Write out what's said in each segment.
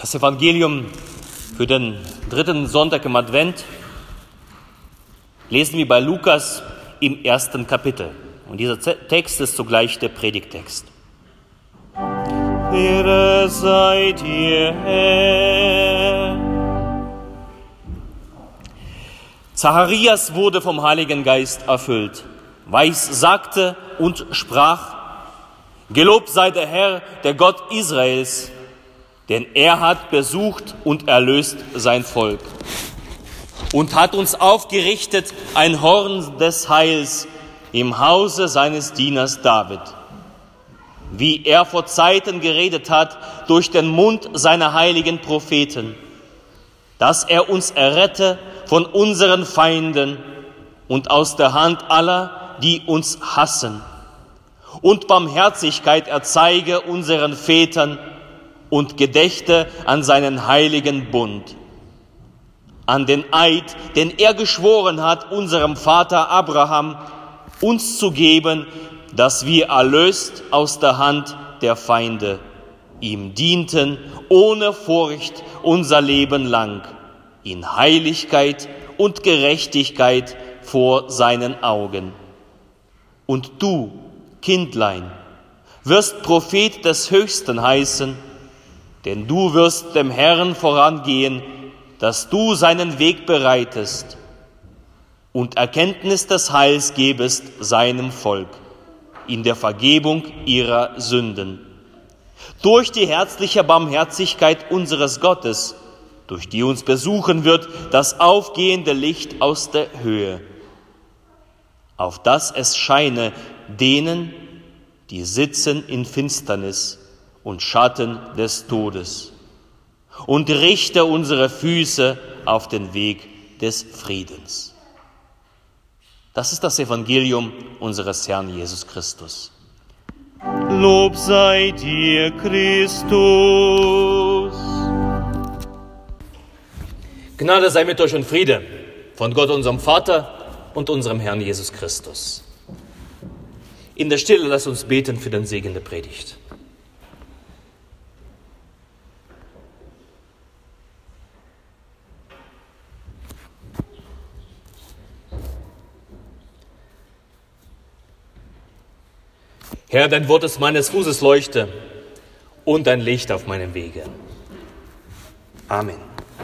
Das Evangelium für den 3. Sonntag im Advent lesen wir bei Lukas im 1. Kapitel. Und dieser Text ist zugleich der Predigttext. Ehre sei dir, Herr. Zacharias wurde vom Heiligen Geist erfüllt, weissagte und sprach: Gelobt sei der Herr, der Gott Israels, denn er hat besucht und erlöst sein Volk und hat uns aufgerichtet ein Horn des Heils im Hause seines Dieners David, wie er vor Zeiten geredet hat durch den Mund seiner heiligen Propheten, dass er uns errette von unseren Feinden und aus der Hand aller, die uns hassen, und Barmherzigkeit erzeige unseren Vätern und gedächte an seinen heiligen Bund, an den Eid, den er geschworen hat, unserem Vater Abraham, uns zu geben, dass wir erlöst aus der Hand der Feinde ihm dienten, ohne Furcht unser Leben lang, in Heiligkeit und Gerechtigkeit vor seinen Augen. Und du, Kindlein, wirst Prophet des Höchsten heißen, denn du wirst dem Herrn vorangehen, dass du seinen Weg bereitest und Erkenntnis des Heils gebest seinem Volk in der Vergebung ihrer Sünden. Durch die herzliche Barmherzigkeit unseres Gottes, durch die uns besuchen wird das aufgehende Licht aus der Höhe, auf dass es scheine denen, die sitzen in Finsternis und Schatten des Todes, und richte unsere Füße auf den Weg des Friedens. Das ist das Evangelium unseres Herrn Jesus Christus. Lob sei dir, Christus. Gnade sei mit euch und Friede von Gott, unserem Vater und unserem Herrn Jesus Christus. In der Stille lasst uns beten für den Segen der Predigt. Herr, dein Wort ist meines Fußes Leuchte und ein Licht auf meinem Wege. Amen.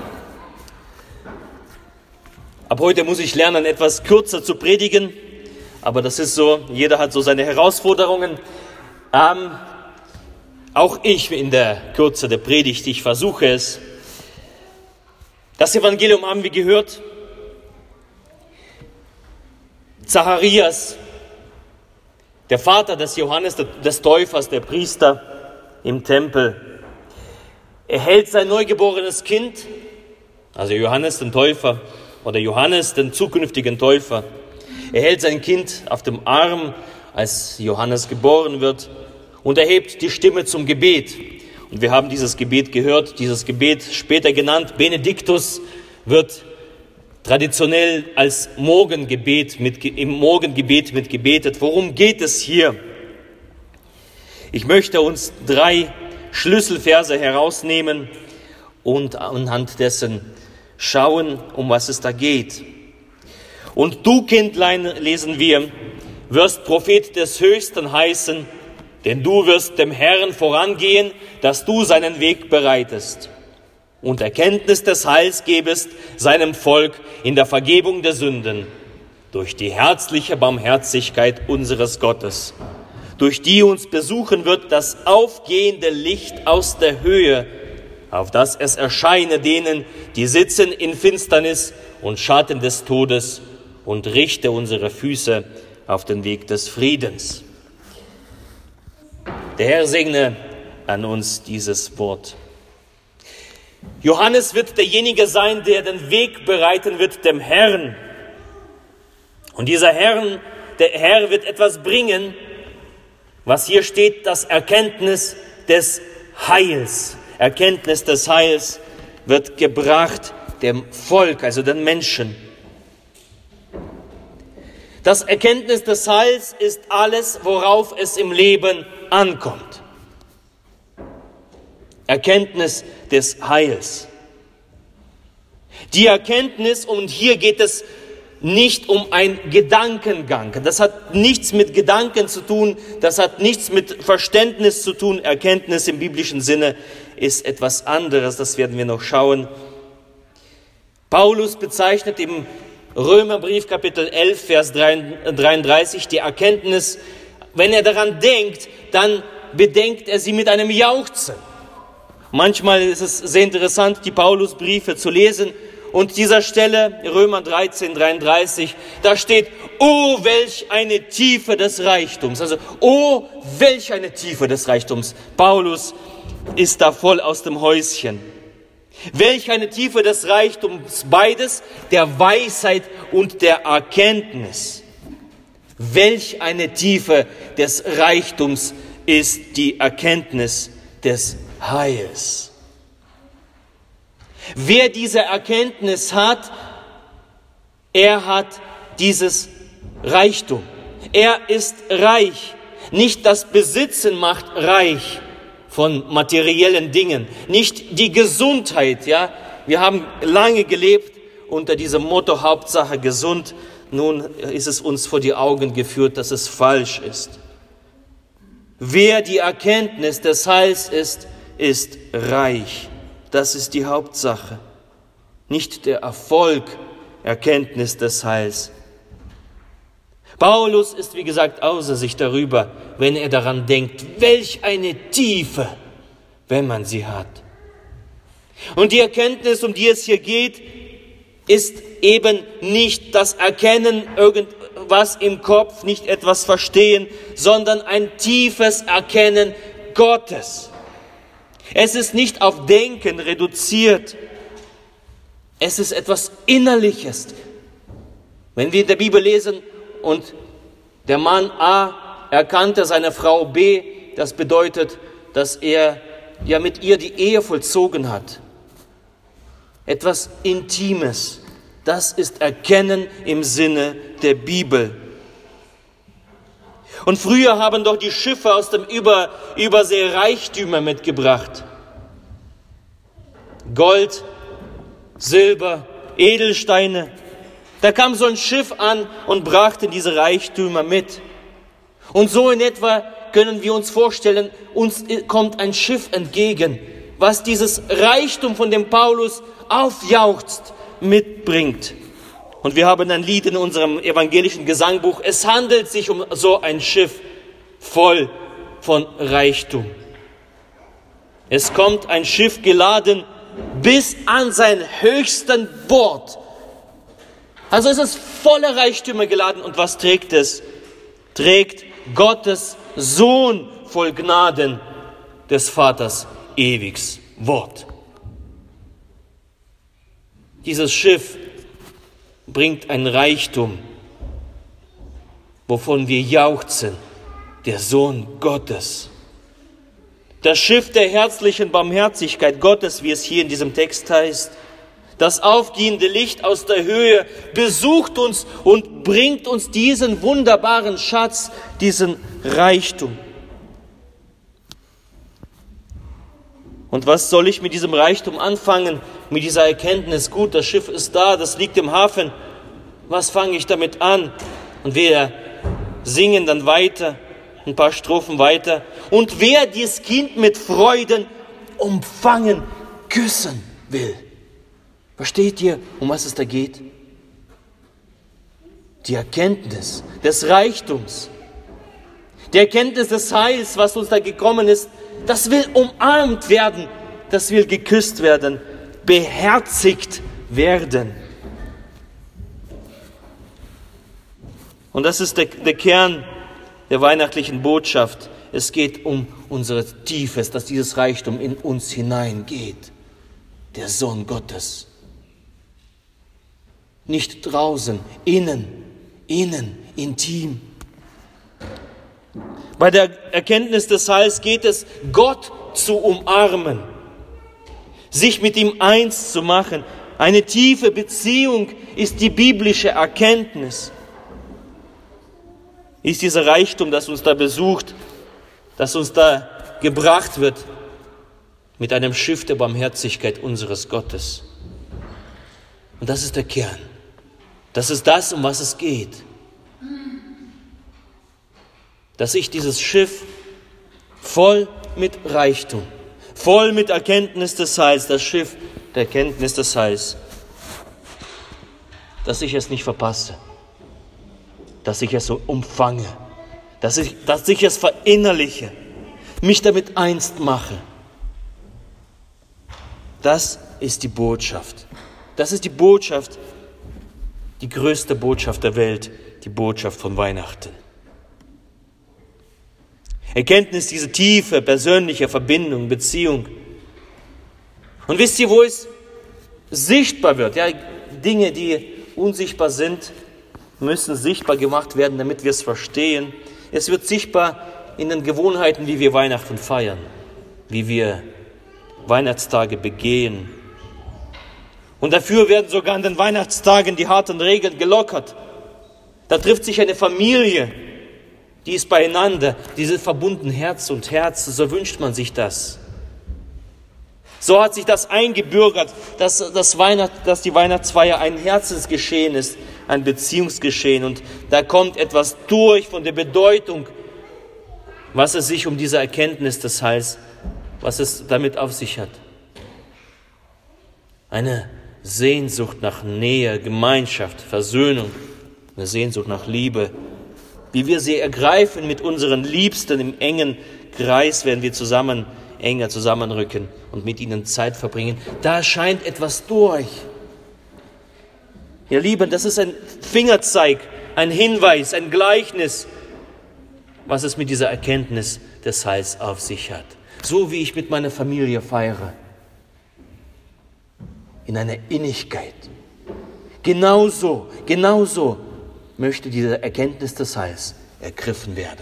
Ab heute muss ich lernen, etwas kürzer zu predigen, aber das ist so, jeder hat so seine Herausforderungen. Auch ich in der Kürze der Predigt, ich versuche es. Das Evangelium haben wir gehört. Zacharias, der Vater des Johannes, des Täufers, der Priester im Tempel, er hält sein neugeborenes Kind, also Johannes den Täufer oder Johannes den zukünftigen Täufer, er hält sein Kind auf dem Arm, als Johannes geboren wird, und erhebt die Stimme zum Gebet. Und wir haben dieses Gebet gehört, dieses Gebet später genannt Benediktus, wird traditionell als im Morgengebet mit gebetet. Worum geht es hier? Ich möchte uns 3 Schlüsselverse herausnehmen und anhand dessen schauen, um was es da geht. Und du, Kindlein, lesen wir, wirst Prophet des Höchsten heißen, denn du wirst dem Herrn vorangehen, dass du seinen Weg bereitest und Erkenntnis des Heils gebest seinem Volk in der Vergebung der Sünden, durch die herzliche Barmherzigkeit unseres Gottes, durch die uns besuchen wird das aufgehende Licht aus der Höhe, auf dass es erscheine denen, die sitzen in Finsternis und Schatten des Todes, und richte unsere Füße auf den Weg des Friedens. Der Herr segne an uns dieses Wort. Johannes wird derjenige sein, der den Weg bereiten wird dem Herrn. Und der Herr wird etwas bringen, was hier steht, das Erkenntnis des Heils. Erkenntnis des Heils wird gebracht dem Volk, also den Menschen. Das Erkenntnis des Heils ist alles, worauf es im Leben ankommt. Erkenntnis des Heils. Die Erkenntnis, und hier geht es nicht um einen Gedankengang. Das hat nichts mit Gedanken zu tun, das hat nichts mit Verständnis zu tun. Erkenntnis im biblischen Sinne ist etwas anderes, das werden wir noch schauen. Paulus bezeichnet im Römerbrief Kapitel 11, Vers 33 die Erkenntnis, wenn er daran denkt, dann bedenkt er sie mit einem Jauchzen. Manchmal ist es sehr interessant, die Paulusbriefe zu lesen. Und dieser Stelle, Römer 13, 33, da steht, oh, welch eine Tiefe des Reichtums. Also, oh, welch eine Tiefe des Reichtums. Paulus ist da voll aus dem Häuschen. Welch eine Tiefe des Reichtums, beides, der Weisheit und der Erkenntnis. Welch eine Tiefe des Reichtums ist die Erkenntnis des Heils. Wer diese Erkenntnis hat, er hat dieses Reichtum. Er ist reich. Nicht das Besitzen macht reich von materiellen Dingen. Nicht die Gesundheit, ja. Wir haben lange gelebt unter diesem Motto Hauptsache gesund. Nun ist es uns vor die Augen geführt, dass es falsch ist. Wer die Erkenntnis des Heils ist reich. Das ist die Hauptsache. Nicht der Erfolg, Erkenntnis des Heils. Paulus ist, wie gesagt, außer sich darüber, wenn er daran denkt, welch eine Tiefe, wenn man sie hat. Und die Erkenntnis, um die es hier geht, ist eben nicht das Erkennen irgendwas im Kopf, nicht etwas verstehen, sondern ein tiefes Erkennen Gottes. Es ist nicht auf Denken reduziert. Es ist etwas Innerliches. Wenn wir in der Bibel lesen und der Mann A erkannte seine Frau B, das bedeutet, dass er ja mit ihr die Ehe vollzogen hat. Etwas Intimes. Das ist Erkennen im Sinne der Bibel. Und früher haben doch die Schiffe aus dem Übersee Reichtümer mitgebracht. Gold, Silber, Edelsteine. Da kam so ein Schiff an und brachte diese Reichtümer mit. Und so in etwa können wir uns vorstellen, uns kommt ein Schiff entgegen, was dieses Reichtum, von dem Paulus aufjauchzt, mitbringt. Und wir haben ein Lied in unserem evangelischen Gesangbuch. Es handelt sich um so ein Schiff voll von Reichtum. Es kommt ein Schiff geladen bis an sein höchsten Bord. Also es ist voller Reichtümer geladen. Und was trägt es? Trägt Gottes Sohn voll Gnaden des Vaters ewiges Wort. Dieses Schiff bringt ein Reichtum, wovon wir jauchzen, der Sohn Gottes. Das Schiff der herzlichen Barmherzigkeit Gottes, wie es hier in diesem Text heißt, das aufgehende Licht aus der Höhe besucht uns und bringt uns diesen wunderbaren Schatz, diesen Reichtum. Und was soll ich mit diesem Reichtum anfangen, mit dieser Erkenntnis? Gut, das Schiff ist da, das liegt im Hafen. Was fange ich damit an? Und wir singen dann weiter, ein paar Strophen weiter. Und wer dieses Kind mit Freuden umfangen, küssen will. Versteht ihr, um was es da geht? Die Erkenntnis des Reichtums, die Erkenntnis des Heils, was uns da gekommen ist, das will umarmt werden, das will geküsst werden, beherzigt werden. Und das ist der Kern der weihnachtlichen Botschaft. Es geht um unser Tiefes, dass dieses Reichtum in uns hineingeht. Der Sohn Gottes. Nicht draußen, innen, intim. Bei der Erkenntnis des Heils geht es, Gott zu umarmen, sich mit ihm eins zu machen. Eine tiefe Beziehung ist die biblische Erkenntnis. Ist dieser Reichtum, das uns da besucht, das uns da gebracht wird, mit einem Schiff der Barmherzigkeit unseres Gottes. Und das ist der Kern. Das ist das, um was es geht. Dass ich dieses Schiff voll mit Reichtum, voll mit Erkenntnis des Heils, das Schiff der Erkenntnis des Heils, dass ich es nicht verpasse, dass ich es so umfange, dass ich es verinnerliche, mich damit eins mache. Das ist die Botschaft. Das ist die Botschaft, die größte Botschaft der Welt, die Botschaft von Weihnachten. Erkenntnis, diese tiefe, persönliche Verbindung, Beziehung. Und wisst ihr, wo es sichtbar wird? Ja, Dinge, die unsichtbar sind, müssen sichtbar gemacht werden, damit wir es verstehen. Es wird sichtbar in den Gewohnheiten, wie wir Weihnachten feiern, wie wir Weihnachtstage begehen. Und dafür werden sogar an den Weihnachtstagen die harten Regeln gelockert. Da trifft sich eine Familie, die ist beieinander, diese verbunden Herz und Herz, so wünscht man sich das. So hat sich das eingebürgert, dass die Weihnachtsfeier ein Herzensgeschehen ist, ein Beziehungsgeschehen. Und da kommt etwas durch von der Bedeutung, was es sich um diese Erkenntnis des Heils, was es damit auf sich hat. Eine Sehnsucht nach Nähe, Gemeinschaft, Versöhnung, eine Sehnsucht nach Liebe. Wie wir sie ergreifen mit unseren Liebsten im engen Kreis, werden wir enger zusammenrücken und mit ihnen Zeit verbringen. Da scheint etwas durch. Ihr Lieben, das ist ein Fingerzeig, ein Hinweis, ein Gleichnis, was es mit dieser Erkenntnis des Heils auf sich hat. So wie ich mit meiner Familie feiere. In einer Innigkeit. Genauso möchte diese Erkenntnis des Heils ergriffen werden.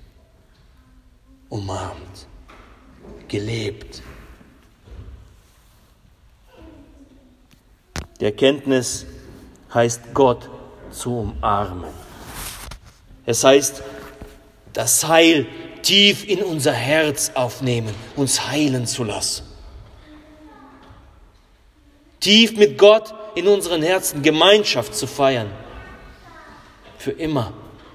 Umarmt. Gelebt. Die Erkenntnis heißt, Gott zu umarmen. Es heißt, das Heil tief in unser Herz aufnehmen, uns heilen zu lassen. Tief mit Gott in unseren Herzen Gemeinschaft zu feiern. Für immer.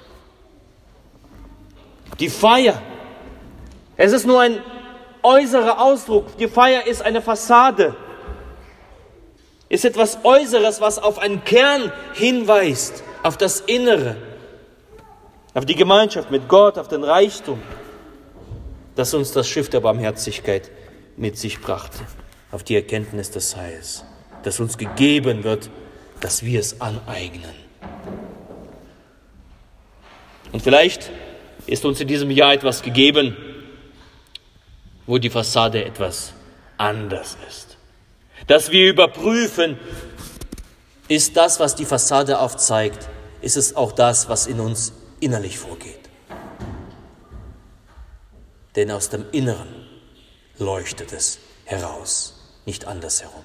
Die Feier, es ist nur ein äußerer Ausdruck. Die Feier ist eine Fassade. Ist etwas Äußeres, was auf einen Kern hinweist, auf das Innere, auf die Gemeinschaft mit Gott, auf den Reichtum, das uns das Schiff der Barmherzigkeit mit sich brachte, auf die Erkenntnis des Heils, das uns gegeben wird, dass wir es aneignen. Und vielleicht ist uns in diesem Jahr etwas gegeben, wo die Fassade etwas anders ist. Dass wir überprüfen, ist das, was die Fassade aufzeigt, ist es auch das, was in uns innerlich vorgeht. Denn aus dem Inneren leuchtet es heraus, nicht andersherum.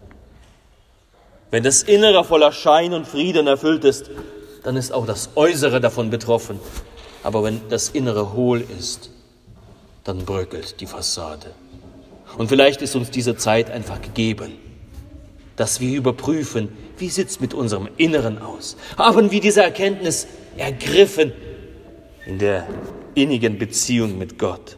Wenn das Innere voller Schein und Frieden erfüllt ist, dann ist auch das Äußere davon betroffen. Aber wenn das Innere hohl ist, dann bröckelt die Fassade. Und vielleicht ist uns diese Zeit einfach gegeben, dass wir überprüfen, wie sieht es mit unserem Inneren aus? Haben wir diese Erkenntnis ergriffen in der innigen Beziehung mit Gott?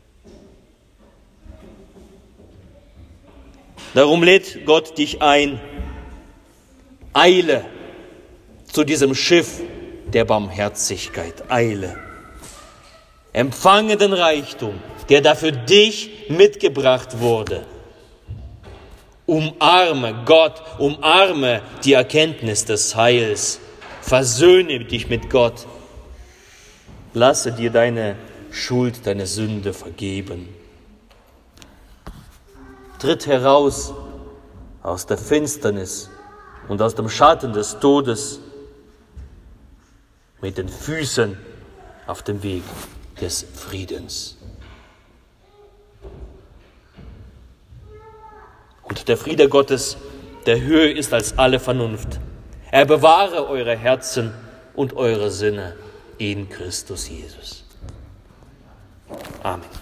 Darum lädt Gott dich ein, eile zu diesem Schiff der Barmherzigkeit, eile. Empfange den Reichtum, der da für dich mitgebracht wurde. Umarme Gott, umarme die Erkenntnis des Heils. Versöhne dich mit Gott. Lasse dir deine Schuld, deine Sünde vergeben. Tritt heraus aus der Finsternis und aus dem Schatten des Todes mit den Füßen auf dem Weg des Friedens. Und der Friede Gottes, der höher ist als alle Vernunft. Er bewahre eure Herzen und eure Sinne in Christus Jesus. Amen.